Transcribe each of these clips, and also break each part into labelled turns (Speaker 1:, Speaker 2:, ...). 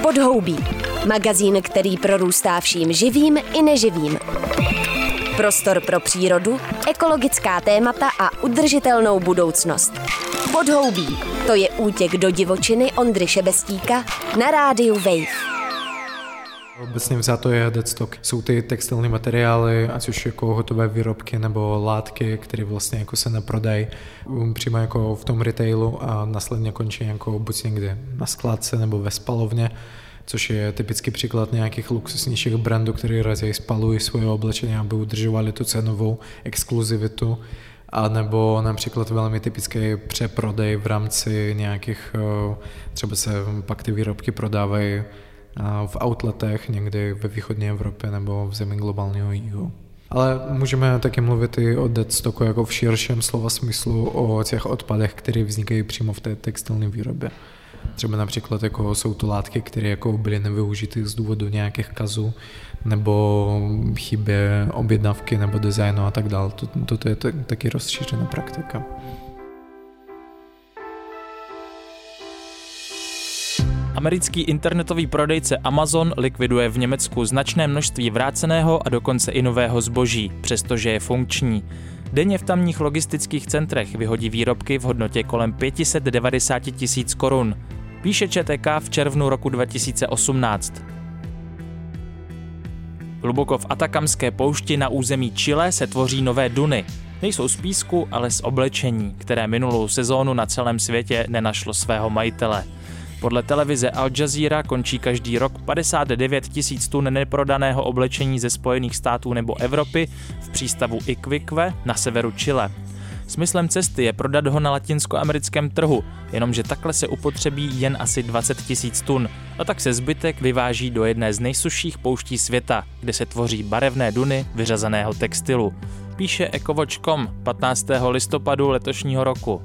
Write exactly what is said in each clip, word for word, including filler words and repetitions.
Speaker 1: Podhoubí. Magazín, který prorůstá vším živým i neživým. Prostor pro přírodu, ekologická témata a udržitelnou budoucnost. Podhoubí. To je útěk do divočiny Ondry Šebestíka na rádiu Wave.
Speaker 2: Obecně vzato je deadstock. Jsou ty textilní materiály, ať už jako hotové výrobky nebo látky, které vlastně jako se neprodají přímo jako v tom retailu a následně končí jako buď někde na skladce nebo ve spalovně, což je typický příklad nějakých luxusnějších brandů, které raději spalují svoje oblečení, aby udržovali tu cenovou exkluzivitu. A nebo například velmi typický přeprodej v rámci nějakých, třeba se pak ty výrobky prodávají v outletech někdy ve východní Evropě nebo v zemi globálního jihu. Ale můžeme taky mluvit i o deadstocku jako v širším slova smyslu, o těch odpadech, které vznikají přímo v té textilní výrobě. Třeba například jako jsou to látky, které jako byly nevyužity z důvodu nějakých kazů nebo chyby objednávky nebo designu a tak dále. Toto je taky rozšířená praktika.
Speaker 3: Americký internetový prodejce Amazon likviduje v Německu značné množství vráceného a dokonce i nového zboží, přestože je funkční. Denně v tamních logistických centrech vyhodí výrobky v hodnotě kolem pět set devadesát tisíc korun. Píše Č T K v červnu roku dva tisíce osmnáct. Hluboko v Atakamské poušti na území Chile se tvoří nové duny. Nejsou z písku, ale z oblečení, které minulou sezónu na celém světě nenašlo svého majitele. Podle televize Al Jazeera končí každý rok padesát devět tisíc tun neprodaného oblečení ze Spojených států nebo Evropy v přístavu Iquique na severu Chile. Smyslem cesty je prodat ho na latinskoamerickém trhu, jenomže takhle se upotřebí jen asi dvacet tisíc tun, a tak se zbytek vyváží do jedné z nejsušších pouští světa, kde se tvoří barevné duny vyřazeného textilu. Píše Ecowatch tečka com patnáctého listopadu letošního roku.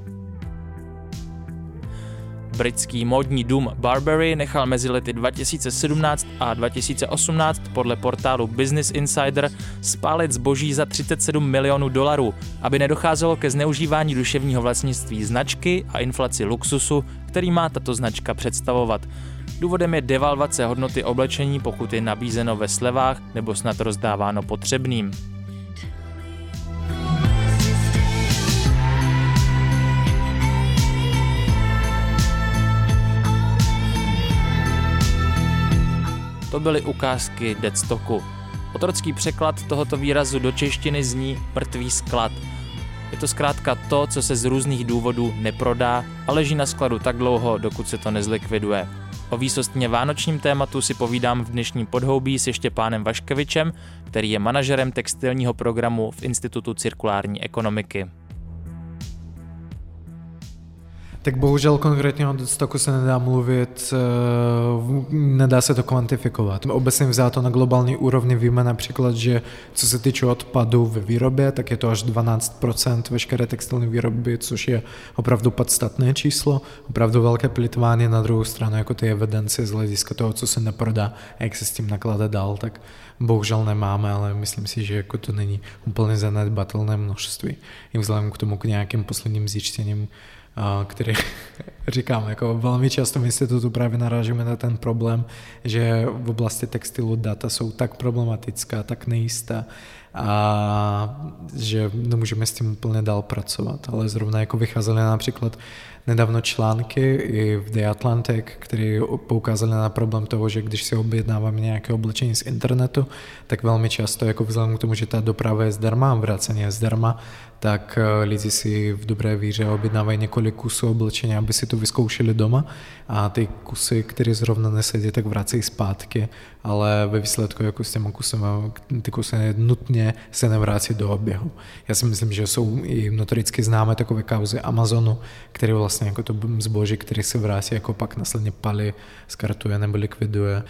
Speaker 3: Britský módní dům Burberry nechal mezi lety dva tisíce sedmnáct a dva tisíce osmnáct podle portálu Business Insider spálit zboží za třicet sedm milionů dolarů, aby nedocházelo ke zneužívání duševního vlastnictví značky a inflaci luxusu, který má tato značka představovat. Důvodem je devalvace hodnoty oblečení, pokud je nabízeno ve slevách nebo snad rozdáváno potřebným. To byly ukázky deadstocku. Otrocký překlad tohoto výrazu do češtiny zní mrtvý sklad. Je to zkrátka to, co se z různých důvodů neprodá a leží na skladu tak dlouho, dokud se to nezlikviduje. O výsostně vánočním tématu si povídám v dnešním Podhoubí se Štěpánem Vaškevičem, který je manažerem textilního programu v Institutu cirkulární ekonomiky.
Speaker 2: Tak bohužel konkrétně o deadstocku se nedá mluvit, nedá se to kvantifikovat. Obecně vzato na globální úrovni víme například, že co se týče odpadu ve výrobě, tak je to až dvanáct procent veškeré textilní výroby, což je opravdu podstatné číslo, opravdu velké plýtvání. Na druhou stranu jako ty evidence z hlediska toho, co se neprodá a jak se s tím nakládá dál, tak bohužel nemáme, ale myslím si, že jako to není úplně zanedbatelné množství. I vzhledem k tomu k nějakým posledním zjištěním, který říkám, jako velmi často v institutu právě narážíme na ten problém, že v oblasti textilu data jsou tak problematická, tak nejistá a že nemůžeme s tím úplně dál pracovat. Ale zrovna jako vycházely například nedávno články i v The Atlantic, které poukázaly na problém toho, že když si objednáváme nějaké oblečení z internetu, tak velmi často, jako vzhledem k tomu, že ta doprava je zdarma, vracení je zdarma, tak lidi si v dobré víře objednávají několik kusů oblečení, aby si to vyzkoušeli doma a ty kusy, které zrovna nesedí, tak vracejí zpátky, ale ve výsledku jako s těma kusem, ty kusy nutně se nevrací do oběhu. Já si myslím, že jsou i notoricky známé takové kauzy Amazonu, který vlastně jako to zboží, který se vrátí, jako pak následně palí, skartuje nebo likviduje.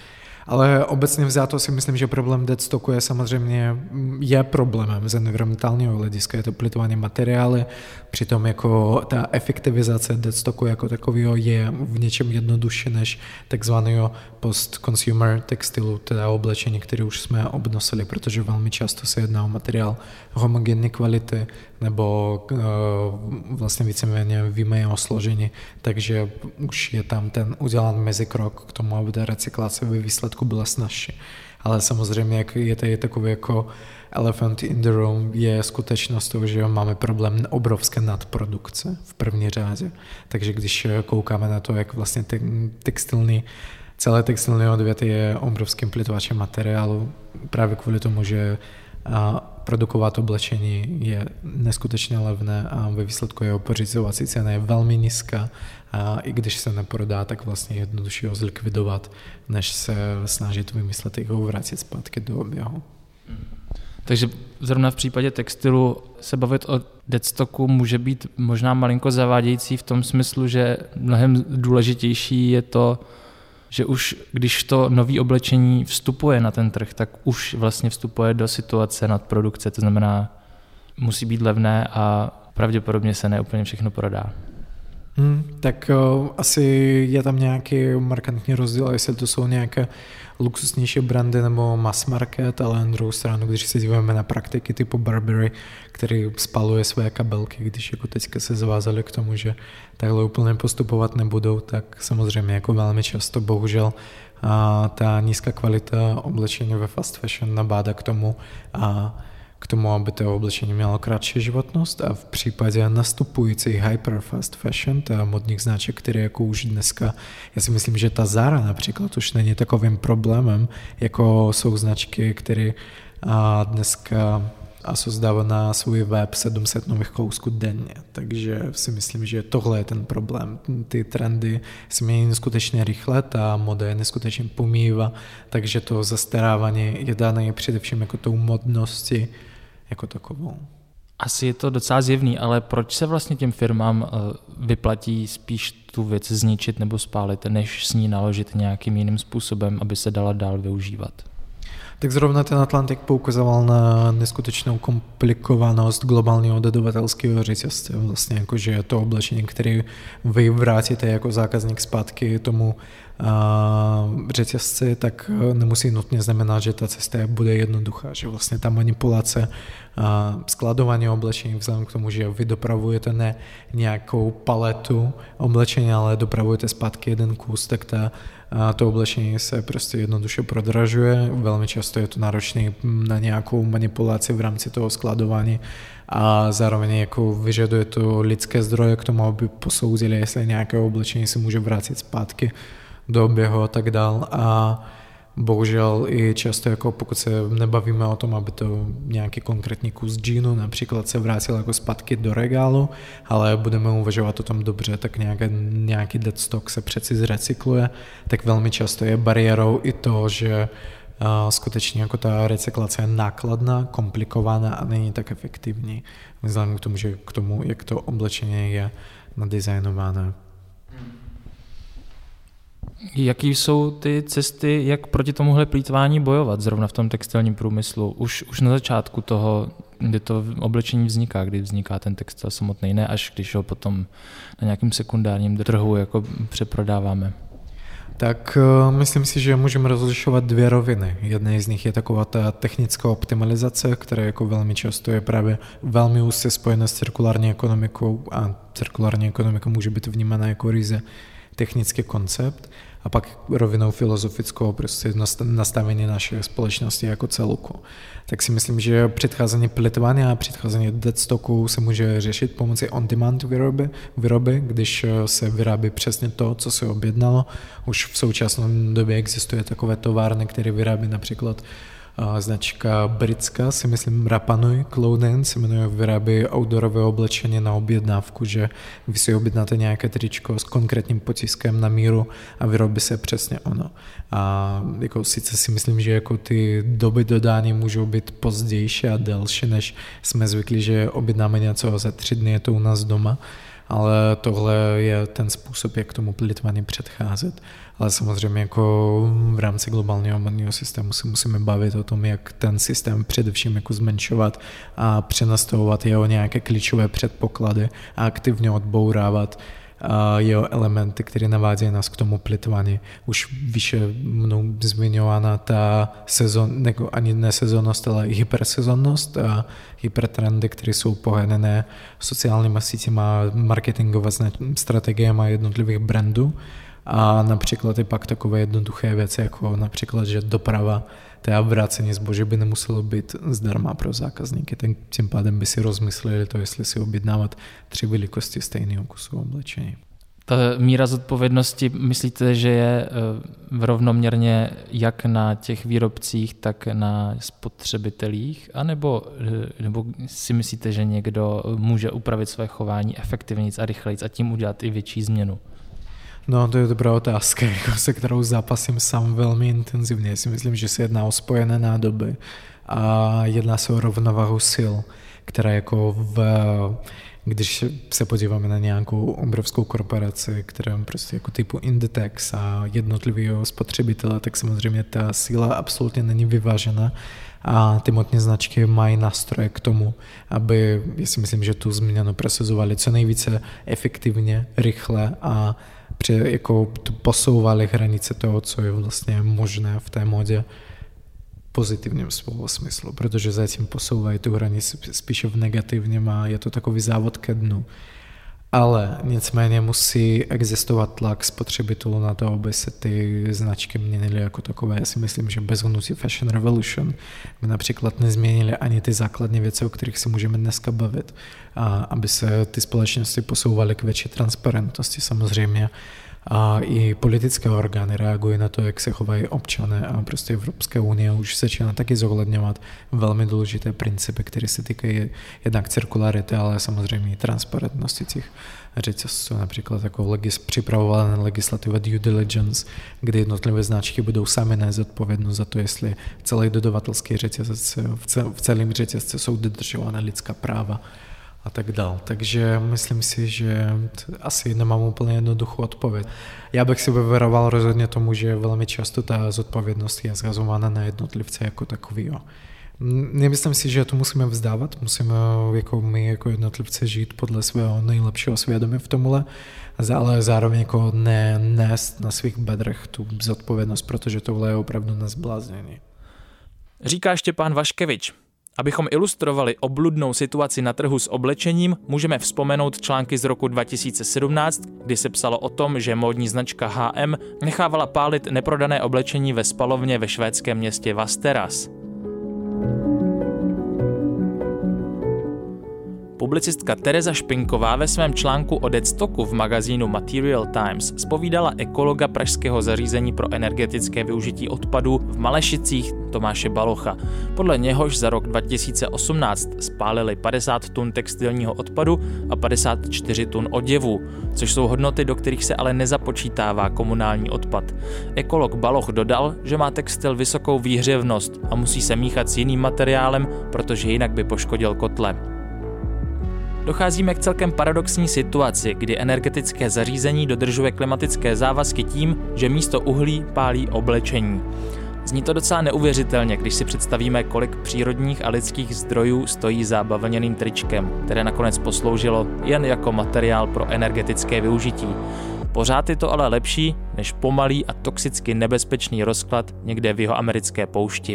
Speaker 2: Ale obecně vzato si myslím, že problém deadstocku je samozřejmě je problémem z environmentálního hlediska, je to plýtvání materiály, přitom jako ta efektivizace deadstocku jako takového je v něčem jednodušší než takzvaného post-consumer textilu, teda oblečení, které už jsme obnosili, protože velmi často se jedná o materiál homogenní kvality, nebo uh, vlastně víceméně víme jeho složení, takže už je tam ten udělan mezikrok k tomu, aby ta recyklace ve výsledku byla snazší. Ale samozřejmě jak je to je takový jako elephant in the room, je skutečnost toho, že máme problém obrovské nadprodukce v první řadě. Takže když koukáme na to, jak vlastně textilní, celé textilní odvětví je obrovským plýtvačem materiálu, právě kvůli tomu, že a produkovat oblečení je neskutečně levné a ve výsledku jeho pořizovací cena je velmi nízká a i když se neprodá, tak vlastně jednoduše ho zlikvidovat, než se snažit vymyslet, jak ho vrátit zpátky do oběhu.
Speaker 3: Takže zrovna v případě textilu se bavit o deadstocku může být možná malinko zavádějící v tom smyslu, že mnohem důležitější je to, že už když to nový oblečení vstupuje na ten trh, tak už vlastně vstupuje do situace nadprodukce, to znamená, musí být levné a pravděpodobně se ne úplně všechno prodá.
Speaker 2: Hmm, tak uh, asi je tam nějaký markantní rozdíl, jestli to jsou nějaké luxusnější brandy nebo mass market, ale na druhou stranu, když se díváme na praktiky typu Burberry, který spaluje své kabelky, když jako teďka se zavázali k tomu, že takhle úplně postupovat nebudou, tak samozřejmě jako velmi často bohužel a ta nízká kvalita oblečení ve fast fashion nabádá k tomu a k tomu, aby to oblečení mělo kratší životnost a v případě nastupující hyper fast fashion, ta modních značek, které jako už dneska, já si myslím, že ta Zara například už není takovým problémem, jako jsou značky, které dneska Asos dává na svůj web sedm set nových kousků denně, takže si myslím, že tohle je ten problém. Ty trendy se mění neskutečně rychle, ta moda je neskutečně pomývá, takže to zastarávání je dané především jako tou modností jako takovou.
Speaker 3: Asi je to docela zjevný, ale proč se vlastně těm firmám vyplatí spíš tu věc zničit nebo spálit, než s ní naložit nějakým jiným způsobem, aby se dala dál využívat?
Speaker 2: Tak zrovna ten Atlantik poukazoval na neskutečnou komplikovanost globálního dodavatelského řetězce. Vlastně jako, že to oblečení, které vy vrátíte jako zákazník zpátky tomu uh, řetězci, tak nemusí nutně znamenat, že ta cesta bude jednoduchá. Že vlastně ta manipulace uh, skladování oblečení vzhledem k tomu, že vy dopravujete ne nějakou paletu oblečení, ale dopravujete zpátky jeden kus, tak ta a to oblečení se prostě jednoduše prodražuje, velmi často je to náročné na nějakou manipulaci v rámci toho skladování a zároveň jako vyžaduje to lidské zdroje k tomu, aby posoudili, jestli nějaké oblečení se může vrátit zpátky do oběhu a tak dál a bohužel i často, jako pokud se nebavíme o tom, aby to nějaký konkrétní kus džínu například se vrátil jako zpátky do regálu, ale budeme uvažovat o tom dobře, tak nějaký, nějaký deadstock se přeci zrecykluje, tak velmi často je bariérou i to, že uh, skutečně jako ta recyklace je nákladná, komplikovaná a není tak efektivní, vzhledem k tomu, že k tomu, jak to oblečení je nadizajnované.
Speaker 3: Jaký jsou ty cesty, jak proti tomuhle plýtvání bojovat zrovna v tom textilním průmyslu? Už, už na začátku toho, kdy to oblečení vzniká, kdy vzniká ten textil samotný, ne až když ho potom na nějakém sekundárním trhu jako přeprodáváme.
Speaker 2: Tak uh, myslím si, že můžeme rozlišovat dvě roviny. Jedna z nich je taková ta technická optimalizace, která jako velmi často je právě velmi úzce spojena s cirkulární ekonomikou a cirkulární ekonomika může být vnímána jako ryze technický koncept a pak rovinou filozofickou prostě nastavení naší společnosti jako celku. Tak si myslím, že předcházení plýtvání a předcházení deadstocku se může řešit pomocí on-demand výroby, výroby, když se vyrábí přesně to, co se objednalo. Už v současné době existuje takové továrny, které vyrábí například značka britská, si myslím Rapa Nui Clothing, se jmenuje, vyrábí outdoorové oblečení na objednávku, že vy si objednáte nějaké tričko s konkrétním potiskem na míru a vyrobí se přesně ono. A jako sice si myslím, že jako ty doby dodání můžou být pozdější a delší, než jsme zvyklí, že objednáme něco za tři dny, je to u nás doma, ale tohle je ten způsob, jak tomu plýtvání předcházet. Ale samozřejmě jako v rámci globálního modního systému se musíme bavit o tom, jak ten systém především jako zmenšovat a přenastavovat jeho nějaké klíčové předpoklady a aktivně odbourávat a jeho elementy, které navádějí nás k tomu plýtvání. Už výše mnou zmiňovaná ta sezon, nebo ani ne sezonnost, ale hypersezonnost a hypertrendy, které jsou poháněné sociálníma sítěma, marketingové strategiemi jednotlivých brandů. A například i pak takové jednoduché věci, jako například, že doprava, teda vrácení zboží by nemuselo být zdarma pro zákazníky. Tak tím pádem by si rozmysleli to, jestli si objednávat tři velikosti stejného kusu oblečení.
Speaker 3: Ta míra zodpovědnosti, myslíte, že je rovnoměrně jak na těch výrobcích, tak na spotřebitelích? A nebo, nebo si myslíte, že někdo může upravit své chování efektivněji a rychleji a tím udělat i větší změnu?
Speaker 2: No, to je dobrá otázka, se kterou zápasím sám velmi intenzivně. Já si myslím, že se jedná o spojené nádoby a jedná se o rovnováhu sil, která jako v, když se podíváme na nějakou obrovskou korporaci, která prostě jako typu Inditex a jednotlivého spotřebitele, tak samozřejmě ta síla absolutně není vyvážena. A ty modní značky mají nástroje k tomu, aby, já si myslím, že tu změnu prosazovali co nejvíce efektivně, rychle a při, jako posouvali hranice toho, co je vlastně možné v té modě pozitivním slova smyslu, protože zatím posouvají tu hranici spíše v negativním a je to takový závod ke dnu. Ale nicméně musí existovat tlak spotřebitelů na to, aby se ty značky měnily jako takové. Já si myslím, že bez hnutí Fashion Revolution by například nezměnili ani ty základní věci, o kterých se můžeme dneska bavit. A aby se ty společnosti posouvaly k větší transparentnosti samozřejmě. A i politické orgány reagují na to, jak se chovají občané a prostě Evropská unie už začíná taky zohledňovat velmi důležité principy, které se týkají jednak cirkularity, ale samozřejmě i transparentnosti těch řetězců, například jako legis, připravovaná legislativa due diligence, kdy jednotlivé značky budou sami nést odpovědnost za to, jestli celý dodavatelský řetězec, v celém řetězci jsou dodržována lidská práva a tak dál. Takže myslím si, že asi nemám úplně jednoduchou odpověď. Já bych si vyvaroval rozhodně tomu, že velmi často ta zodpovědnost je zhazována na jednotlivce jako takovýho. Nemyslím si, že to musíme vzdávat, musíme jako my jako jednotlivce žít podle svého nejlepšího svědomí v tomhle, ale zároveň jako ne nést na svých bedrech tu zodpovědnost, protože tohle je opravdu na zbláznění.
Speaker 3: Říká Štěpán Vaškevič. Abychom ilustrovali obludnou situaci na trhu s oblečením, můžeme vzpomenout články z roku dva tisíce sedmnáct, kdy se psalo o tom, že módní značka H and M nechávala pálit neprodané oblečení ve spalovně ve švédském městě Västerås. Publicistka Tereza Špinková ve svém článku o deadstocku v magazínu Material Times zpovídala ekologa pražského zařízení pro energetické využití odpadů v Malešicích Tomáše Balocha. Podle něhož za rok dva tisíce osmnáct spálili padesát tun textilního odpadu a padesát čtyři tun oděvů, což jsou hodnoty, do kterých se ale nezapočítává komunální odpad. Ekolog Baloch dodal, že má textil vysokou výhřevnost a musí se míchat s jiným materiálem, protože jinak by poškodil kotle. Docházíme k celkem paradoxní situaci, kdy energetické zařízení dodržuje klimatické závazky tím, že místo uhlí pálí oblečení. Zní to docela neuvěřitelně, když si představíme, kolik přírodních a lidských zdrojů stojí za bavlněným tričkem, které nakonec posloužilo jen jako materiál pro energetické využití. Pořád je to ale lepší než pomalý a toxicky nebezpečný rozklad někde v jihoamerické poušti.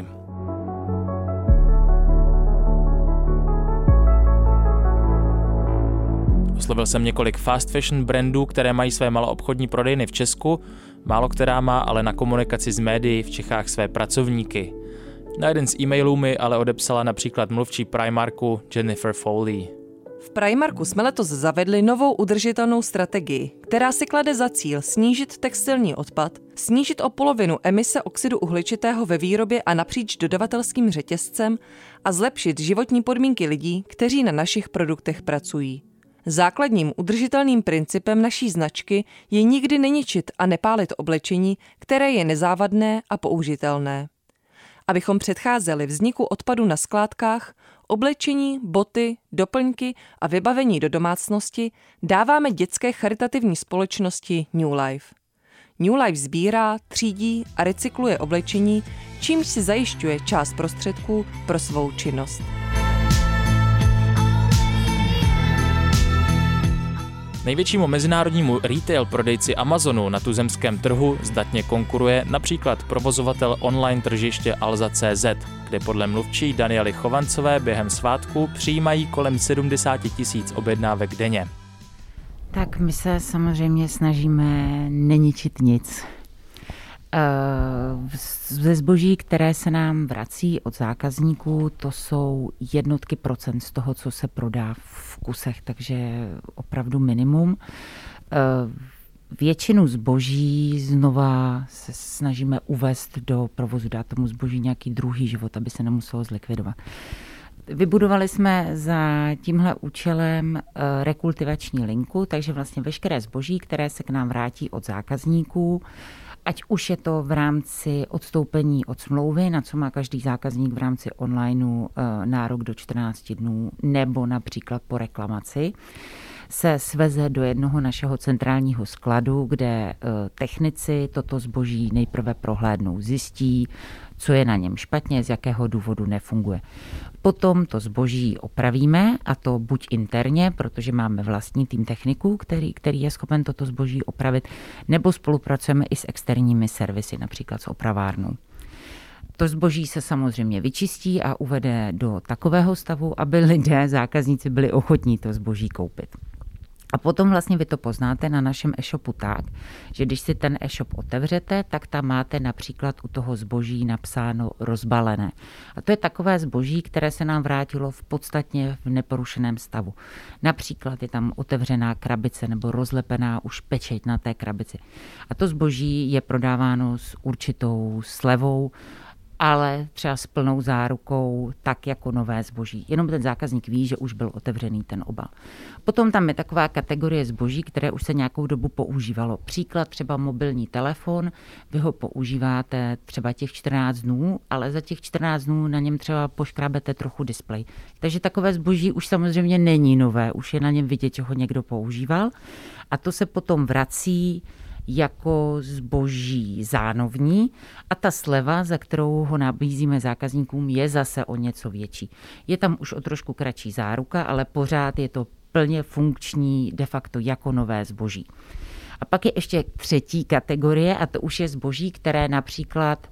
Speaker 3: Oslovil jsem několik fast fashion brandů, které mají své maloobchodní prodejny v Česku, málo která má ale na komunikaci s médií v Čechách své pracovníky. Na jeden z e-mailů mi ale odepsala například mluvčí Primarku Jennifer Foley.
Speaker 4: V Primarku jsme letos zavedli novou udržitelnou strategii, která si klade za cíl snížit textilní odpad, snížit o polovinu emise oxidu uhličitého ve výrobě a napříč dodavatelským řetězcem a zlepšit životní podmínky lidí, kteří na našich produktech pracují. Základním udržitelným principem naší značky je nikdy neničit a nepálit oblečení, které je nezávadné a použitelné. Abychom předcházeli vzniku odpadu na skládkách, oblečení, boty, doplňky a vybavení do domácnosti dáváme dětské charitativní společnosti New Life. New Life sbírá, třídí a recykluje oblečení, čímž si zajišťuje část prostředků pro svou činnost.
Speaker 3: Největšímu mezinárodnímu retail prodejci Amazonu na tuzemském trhu zdatně konkuruje například provozovatel online tržiště Alza tečka cé zet, kde podle mluvčí Daniely Chovancové během svátku přijímají kolem sedmdesát tisíc objednávek denně.
Speaker 5: Tak my se samozřejmě snažíme neničit nic. Ze zboží, které se nám vrací od zákazníků, to jsou jednotky procent z toho, co se prodá v kusech, takže opravdu minimum. Většinu zboží znova se snažíme uvést do provozu, dát tomu zboží nějaký druhý život, aby se nemuselo zlikvidovat. Vybudovali jsme za tímhle účelem rekultivační linku, takže vlastně veškeré zboží, které se k nám vrátí od zákazníků, ať už je to v rámci odstoupení od smlouvy, na co má každý zákazník v rámci onlineu nárok do čtrnáct dnů, nebo například po reklamaci, se sveze do jednoho našeho centrálního skladu, kde technici toto zboží nejprve prohlédnou, zjistí, co je na něm špatně, z jakého důvodu nefunguje. Potom to zboží opravíme, a to buď interně, protože máme vlastní tým techniků, který, který je schopen toto zboží opravit, nebo spolupracujeme i s externími servisy, například s opravárnou. To zboží se samozřejmě vyčistí a uvede do takového stavu, aby lidé, zákazníci byli ochotní to zboží koupit. A potom vlastně vy to poznáte na našem e-shopu tak, že když si ten e-shop otevřete, tak tam máte například u toho zboží napsáno rozbalené. A to je takové zboží, které se nám vrátilo v podstatně v neporušeném stavu. Například je tam otevřená krabice nebo rozlepená už pečeť na té krabici. A to zboží je prodáváno s určitou slevou, ale třeba s plnou zárukou, tak jako nové zboží. Jenom ten zákazník ví, že už byl otevřený ten obal. Potom tam je taková kategorie zboží, které už se nějakou dobu používalo. Příklad třeba mobilní telefon, vy ho používáte třeba těch čtrnáct dnů, ale za těch čtrnáct dnů na něm třeba poškrábete trochu displej. Takže takové zboží už samozřejmě není nové, už je na něm vidět, že ho někdo používal. A to se potom vrací jako zboží zánovní a ta sleva, za kterou ho nabízíme zákazníkům, je zase o něco větší. Je tam už o trošku kratší záruka, ale pořád je to plně funkční de facto jako nové zboží. A pak je ještě třetí kategorie a to už je zboží, které například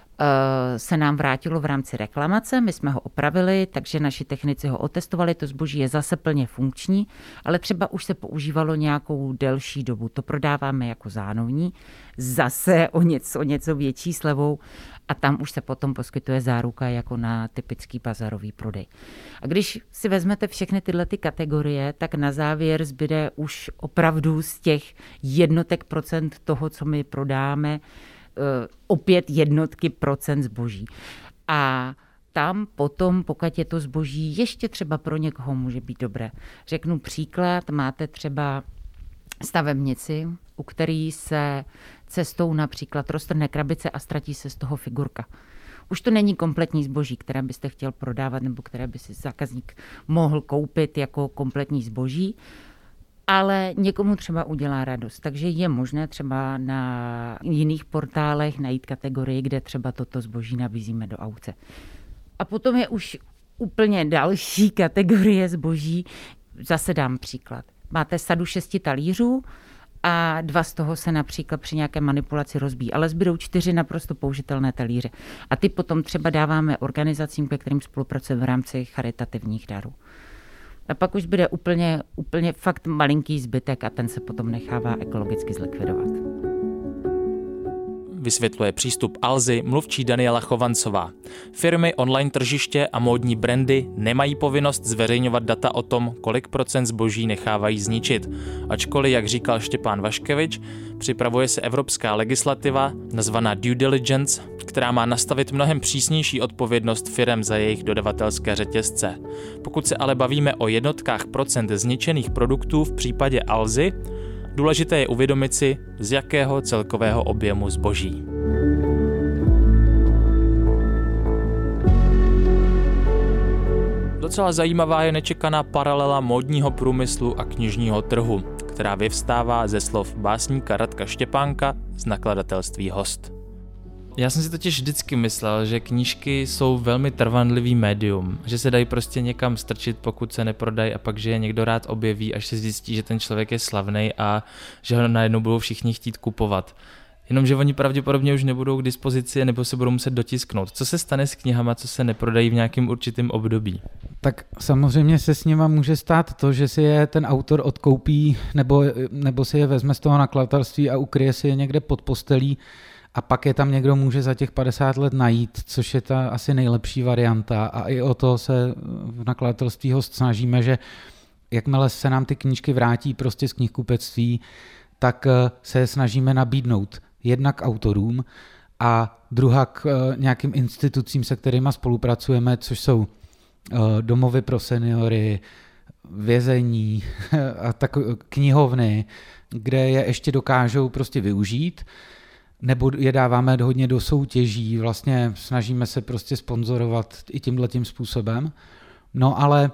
Speaker 5: se nám vrátilo v rámci reklamace, my jsme ho opravili, takže naši technici ho otestovali, to zboží je zase plně funkční, ale třeba už se používalo nějakou delší dobu. To prodáváme jako zánovní, zase o něco, o něco větší slevou a tam už se potom poskytuje záruka jako na typický bazarový prodej. A když si vezmete všechny tyhle ty kategorie, tak na závěr zbyde už opravdu z těch jednotek procent toho, co my prodáme, opět jednotky procent zboží. A tam potom, pokud je to zboží ještě třeba pro někoho může být dobré. Řeknu příklad, máte třeba stavebnici, u který se cestou například roztrhne krabice a ztratí se z toho figurka. Už to není kompletní zboží, které byste chtěl prodávat nebo které by si zákazník mohl koupit jako kompletní zboží, ale někomu třeba udělá radost. Takže je možné třeba na jiných portálech najít kategorii, kde třeba toto zboží nabízíme do aukce. A potom je už úplně další kategorie zboží. Zase dám příklad. Máte sadu šesti talířů a dva z toho se například při nějaké manipulaci rozbíjí, ale zbydou čtyři naprosto použitelné talíře. A ty potom třeba dáváme organizacím, ke kterým spolupracujeme v rámci charitativních darů. A pak už bude úplně, úplně fakt malinký zbytek a ten se potom nechává ekologicky zlikvidovat.
Speaker 3: Vysvětluje přístup Alzy mluvčí Daniela Chovancová. Firmy, online tržiště a módní brandy nemají povinnost zveřejňovat data o tom, kolik procent zboží nechávají zničit. Ačkoliv, jak říkal Štěpán Vaškevič, připravuje se evropská legislativa nazvaná due diligence, která má nastavit mnohem přísnější odpovědnost firem za jejich dodavatelské řetězce. Pokud se ale bavíme o jednotkách procent zničených produktů v případě Alzy, důležité je uvědomit si, z jakého celkového objemu zboží. Docela zajímavá je nečekaná paralela módního průmyslu a knižního trhu, která vyvstává ze slov básníka Radka Štěpánka z nakladatelství Host. Já jsem si totiž vždycky myslel, že knížky jsou velmi trvanlivý médium, že se dají prostě někam strčit, pokud se neprodají, a pak, že je někdo rád objeví, až se zjistí, že ten člověk je slavnej a že ho najednou budou všichni chtít kupovat. Jenomže oni pravděpodobně už nebudou k dispozici nebo se budou muset dotisknout. Co se stane s knihama, co se neprodají v nějakém určitém období?
Speaker 6: Tak samozřejmě se s nima může stát to, že si je ten autor odkoupí nebo, nebo si je vezme z toho nakladatelství a ukryje si je někde pod postelí a pak je tam někdo může za těch padesát let najít, což je ta asi nejlepší varianta, a i o to se v nakladatelství Host snažíme, že jakmile se nám ty knížky vrátí prostě z knihkupectví, tak se je snažíme nabídnout jednak autorům a druhá k nějakým institucím, se kterými spolupracujeme, což jsou domovy pro seniory, vězení a tak knihovny, kde je ještě dokážou prostě využít, nebo je dáváme hodně do soutěží, vlastně snažíme se prostě sponzorovat i tímhletím způsobem. No ale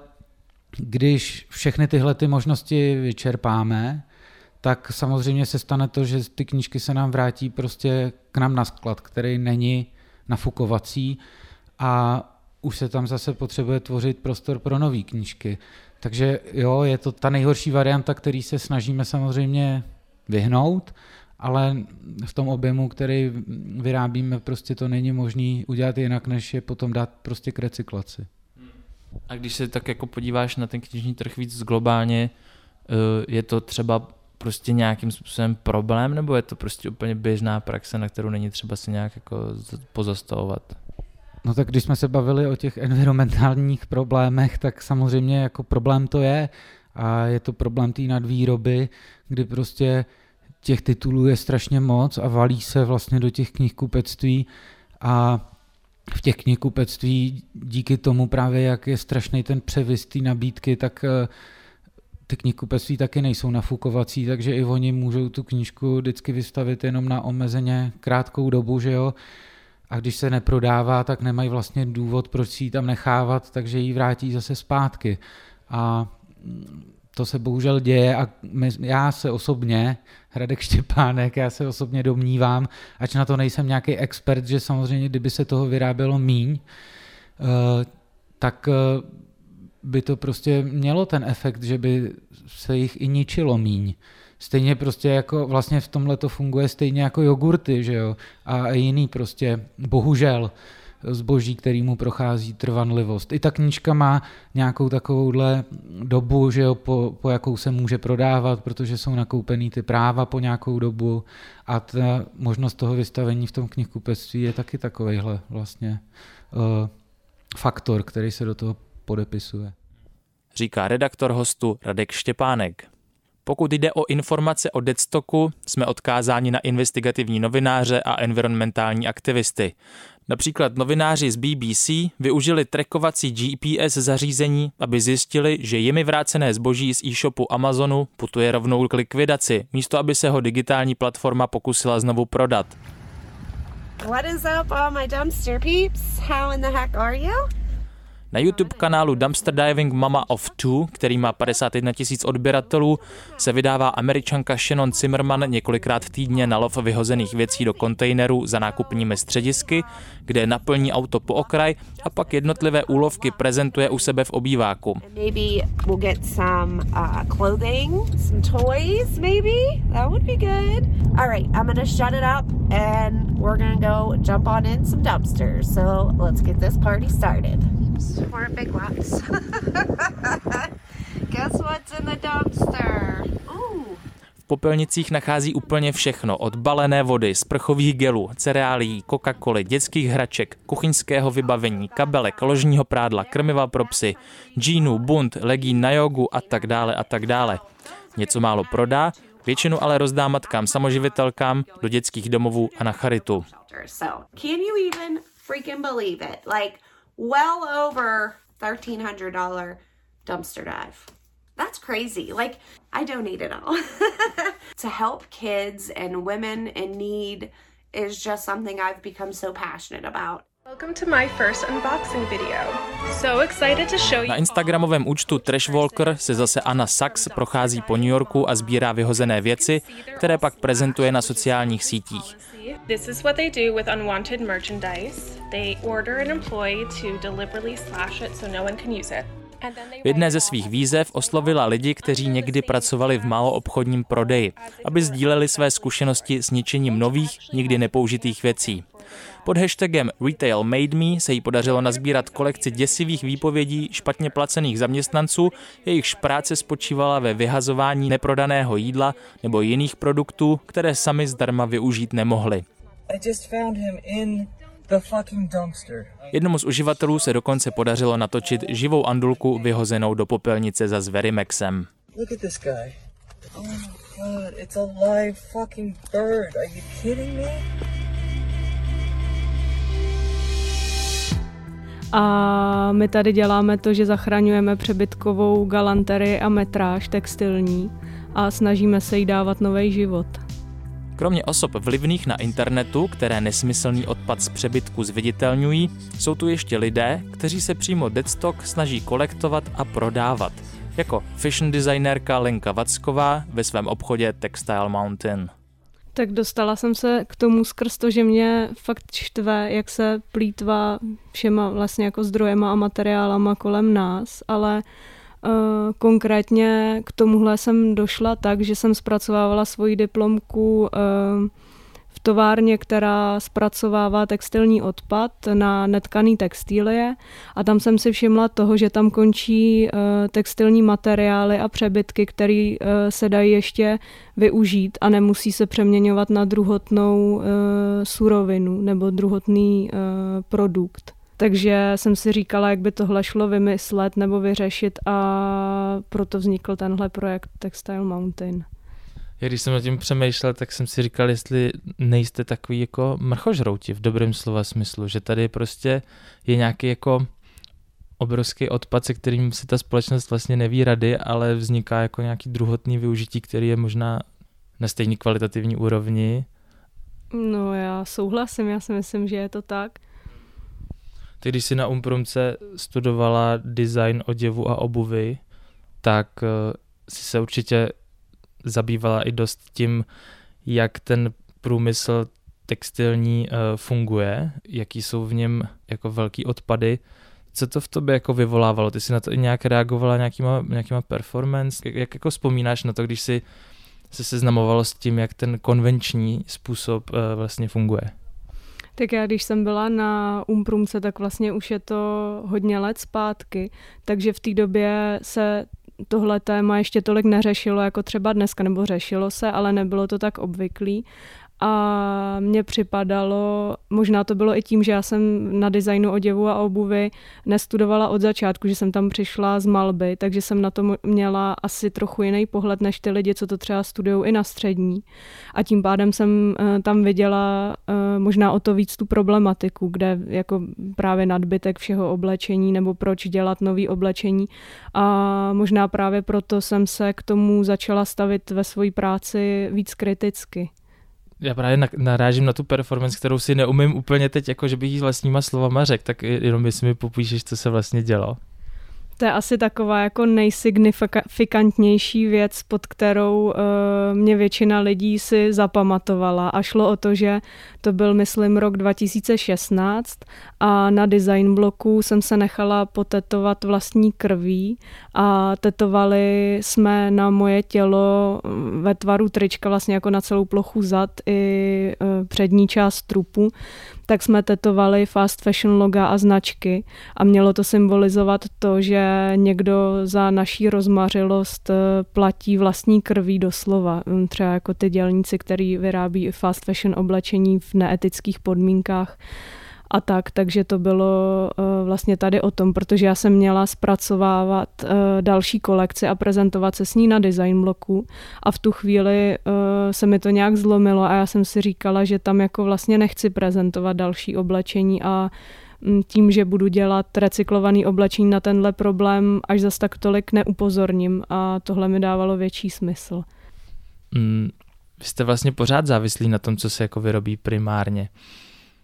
Speaker 6: když všechny tyhle ty možnosti vyčerpáme, tak samozřejmě se stane to, že ty knížky se nám vrátí prostě k nám na sklad, který není nafukovací a už se tam zase potřebuje tvořit prostor pro nové knížky. Takže jo, je to ta nejhorší varianta, který se snažíme samozřejmě vyhnout, ale v tom objemu, který vyrábíme, prostě to není možné udělat jinak, než je potom dát prostě k recyklaci.
Speaker 3: A když se tak jako podíváš na ten knižní trh víc globálně, je to třeba prostě nějakým způsobem problém, nebo je to prostě úplně běžná praxe, na kterou není třeba si nějak jako pozastavovat?
Speaker 6: No tak když jsme se bavili o těch environmentálních problémech, tak samozřejmě jako problém to je a je to problém té nadvýroby, kdy prostě těch titulů je strašně moc a valí se vlastně do těch knihkupectví a v těch knihkupectví díky tomu právě, jak je strašný ten převis té nabídky, tak ty knihkupectví taky nejsou nafukovací, takže i oni můžou tu knížku vždycky vystavit jenom na omezeně krátkou dobu, že jo. A když se neprodává, tak nemají vlastně důvod, proč si ji tam nechávat, takže ji vrátí zase zpátky. A to se bohužel děje a my, já se osobně, Radek Štěpánek, já se osobně domnívám, ač na to nejsem nějaký expert, že samozřejmě, kdyby se toho vyrábělo míň, tak by to prostě mělo ten efekt, že by se jich i ničilo míň. Stejně prostě jako vlastně v tomhle to funguje stejně jako jogurty, že jo, a jiný prostě bohužel zboží, kterýmu prochází trvanlivost. I ta knížka má nějakou takovouhle dobu, že jo, po, po jakou se může prodávat, protože jsou nakoupený ty práva po nějakou dobu a ta možnost toho vystavení v tom knihkupectví je taky takovejhle vlastně uh, faktor, který se do toho podepisuje.
Speaker 3: Říká redaktor Hostu Radek Štěpánek. Pokud jde o informace o Deadstocku, jsme odkázáni na investigativní novináře a environmentální aktivisty. Například novináři z B B C využili trackovací G P S zařízení, aby zjistili, že jimi vrácené zboží z e-shopu Amazonu putuje rovnou k likvidaci, místo aby se ho digitální platforma pokusila znovu prodat.
Speaker 7: What is up, all my dumpster peeps? How in the heck are you?
Speaker 3: Na YouTube kanálu Dumpster Diving Mama of Two, který má padesát jedna tisíc odběratelů, se vydává Američanka Shannon Zimmerman několikrát týdně na lov vyhozených věcí do kontejnerů za nákupními středisky, kde naplní auto po okraj a pak jednotlivé úlovky prezentuje u sebe v obýváku.
Speaker 7: Maybe we'll get some uh, clothing, some toys, maybe? That would be good. All right, I'm gonna shut it up and we're gonna go jump on in some dumpsters. So let's get this party started. More big lots. Guess what's in the dumpster? Ooh.
Speaker 3: V popelnicích nachází úplně všechno, od balené vody, sprchových gelů, cereálií, Coca-Coly, dětských hraček, kuchyňského vybavení, kabelek, ložního prádla, krmiva pro psy, džínů, bund, legín na jogu a tak dále a tak dále. Něco málo prodá, většinu ale rozdá matkám samoživitelkám, do dětských domovů a na charitu.
Speaker 7: So, can you even freaking believe it? Like well over thirteen hundred dollars dumpster dive. That's crazy. Like, I donate it all. To help kids and women in need is just something I've become so passionate about.
Speaker 3: Na instagramovém účtu Trashwalker se zase Anna Sachs prochází po New Yorku a sbírá vyhozené věci, které pak prezentuje na sociálních sítích.
Speaker 8: This is what they do with unwanted merchandise. They order an employee to deliberately slash it so no one can use it.
Speaker 3: V jedné ze svých výzev oslovila lidi, kteří někdy pracovali v maloobchodním prodeji, aby sdíleli své zkušenosti s ničením nových, nikdy nepoužitých věcí. Pod hashtagem Retail Made Me se jí podařilo nazbírat kolekci děsivých výpovědí špatně placených zaměstnanců, jejichž práce spočívala ve vyhazování neprodaného jídla nebo jiných produktů, které sami zdarma využít nemohli. Jednomu z uživatelů se dokonce podařilo natočit živou andulku vyhozenou do popelnice za Zverimexem.
Speaker 9: Look at this guy. Oh my god, it's a live fucking bird. Are you kidding me?
Speaker 10: A my tady děláme to, že zachraňujeme přebytkovou galanterii a metráž textilní a snažíme se jí dávat nový život.
Speaker 3: Kromě osob vlivných na internetu, které nesmyslný odpad z přebytku zviditelňují, jsou tu ještě lidé, kteří se přímo deadstock snaží kolektovat a prodávat, jako fashion designérka Lenka Vacková ve svém obchodě Textile Mountain.
Speaker 10: Tak dostala jsem se k tomu skrz to, že mě fakt štve, jak se plýtvá všema vlastně jako zdrojema a materiálama kolem nás, ale uh, konkrétně k tomuhle jsem došla tak, že jsem zpracovávala svoji diplomku uh, v továrně, která zpracovává textilní odpad na netkaný textilie a tam jsem si všimla toho, že tam končí uh, textilní materiály a přebytky, které uh, se dají ještě využít a nemusí se přeměňovat na druhotnou uh, surovinu nebo druhotný uh, produkt. Takže jsem si říkala, jak by tohle šlo vymyslet nebo vyřešit a proto vznikl tenhle projekt Textile Mountain.
Speaker 3: Já když jsem nad tím přemýšlel, tak jsem si říkal, jestli nejste takový jako mrchožrouti v dobrém slova smyslu, že tady prostě je nějaký jako obrovský odpad, se kterým si ta společnost vlastně neví rady, ale vzniká jako nějaký druhotný využití, který je možná na stejný kvalitativní úrovni.
Speaker 10: No já souhlasím, já si myslím, že je to tak.
Speaker 3: Ty když jsi na Umprumce studovala design oděvu a obuvy, tak uh, si se určitě zabývala i dost tím, jak ten průmysl textilní uh, funguje, jaký jsou v něm jako velký odpady. Co to v tobě jako vyvolávalo? Ty jsi na to i nějak reagovala nějakýma, nějakýma performance? Jak, jak jako vzpomínáš na to, když jsi se seznamovalo s tím, jak ten konvenční způsob uh, vlastně funguje?
Speaker 10: Tak já, když jsem byla na Umprumce, tak vlastně už je to hodně let zpátky, takže v té době se tohle téma ještě tolik neřešilo jako třeba dneska, nebo řešilo se, ale nebylo to tak obvyklý. A mně připadalo, možná to bylo i tím, že já jsem na designu oděvu a obuvy nestudovala od začátku, že jsem tam přišla z malby, takže jsem na to měla asi trochu jiný pohled než ty lidi, co to třeba studujou i na střední. A tím pádem jsem tam viděla možná o to víc tu problematiku, kde jako právě nadbytek všeho oblečení nebo proč dělat nový oblečení. A možná právě proto jsem se k tomu začala stavit ve své práci víc kriticky.
Speaker 3: Já právě narážím na tu performance, kterou si neumím úplně teď, jako že bych jí vlastníma slovama řekl, tak jenom jestli mi popíšeš, co se vlastně dělo.
Speaker 10: To je asi taková jako nejsignifikantnější věc, pod kterou uh, mě většina lidí si zapamatovala. A šlo o to, že to byl, myslím, rok dva tisíce šestnáct a na design bloku jsem se nechala potetovat vlastní krví a tetovali jsme na moje tělo ve tvaru trička vlastně jako na celou plochu zad i uh, přední část trupu. Tak jsme tetovali fast fashion loga a značky a mělo to symbolizovat to, že někdo za naší rozmařilost platí vlastní krví doslova. Třeba jako ty dělníci, který vyrábí fast fashion oblečení v neetických podmínkách a tak, takže to bylo uh, vlastně tady o tom, protože já jsem měla zpracovávat uh, další kolekci a prezentovat se s ní na design bloku a v tu chvíli uh, se mi to nějak zlomilo a já jsem si říkala, že tam jako vlastně nechci prezentovat další oblečení a tím, že budu dělat recyklovaný oblečení na tenhle problém, až zas tak tolik neupozorním a tohle mi dávalo větší smysl.
Speaker 3: Mm, vy jste vlastně pořád závislí na tom, co se jako vyrobí primárně.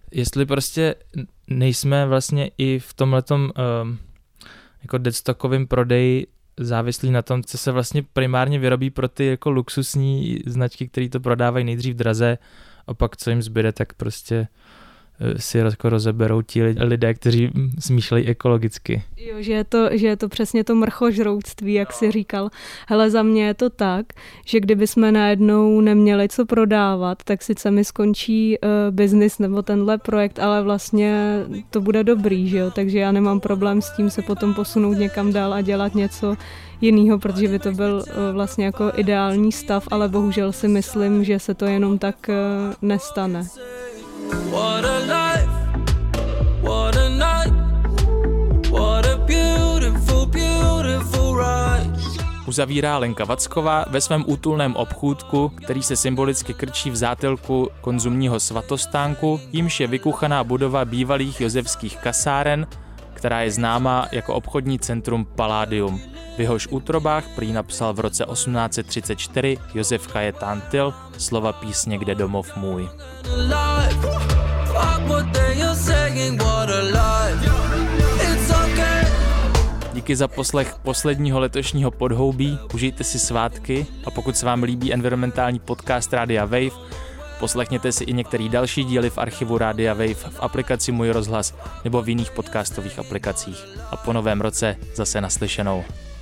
Speaker 3: jestli prostě nejsme vlastně i v tomhletom um, jako deadstockovým prodeji závislí na tom, co se vlastně primárně vyrobí pro ty jako luxusní značky, které to prodávají nejdřív draze, a pak co jim zbyde, tak prostě si jako rozeberou ti lidé, kteří smýšlejí ekologicky.
Speaker 10: Jo, že je to, že je to přesně to mrchožrouctví, jak jsi říkal. Hele, za mě je to tak, že kdyby jsme najednou neměli co prodávat, tak sice mi skončí uh, biznis nebo tenhle projekt, ale vlastně to bude dobrý, že jo? Takže já nemám problém s tím se potom posunout někam dál a dělat něco jinýho, protože by to byl uh, vlastně jako ideální stav, ale bohužel si myslím, že se to jenom tak uh, nestane. What a life, what a night, what a beautiful, beautiful ride.
Speaker 3: Uzavírá Lenka Vacková ve svém útulném obchůdku, který se symbolicky krčí v zátelku konzumního svatostánku, jímž je vykuchaná budova bývalých josefských kasáren, která je známá jako obchodní centrum Palladium. V jehož útrobách prý napsal v roce osmnáct set třicet čtyři Josef Kajetán Tyl slova písně Kde domov můj. Díky za poslech posledního letošního Podhoubí, užijte si svátky a pokud se vám líbí environmentální podcast Rádia Wave, poslechněte si i některé další díly v archivu Rádia Wave, v aplikaci Můj rozhlas nebo v jiných podcastových aplikacích. A po novém roce zase naslyšenou.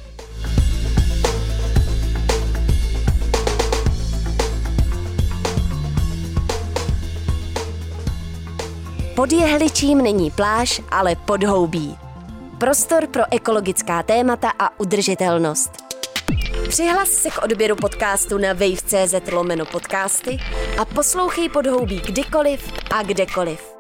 Speaker 1: Pod Jehličím není pláž, ale podhoubí. Prostor pro ekologická témata a udržitelnost. Přihlas se k odběru podcastu na wave tečka cz lomeno podcasty a poslouchej Podhoubí kdykoliv a kdekoliv.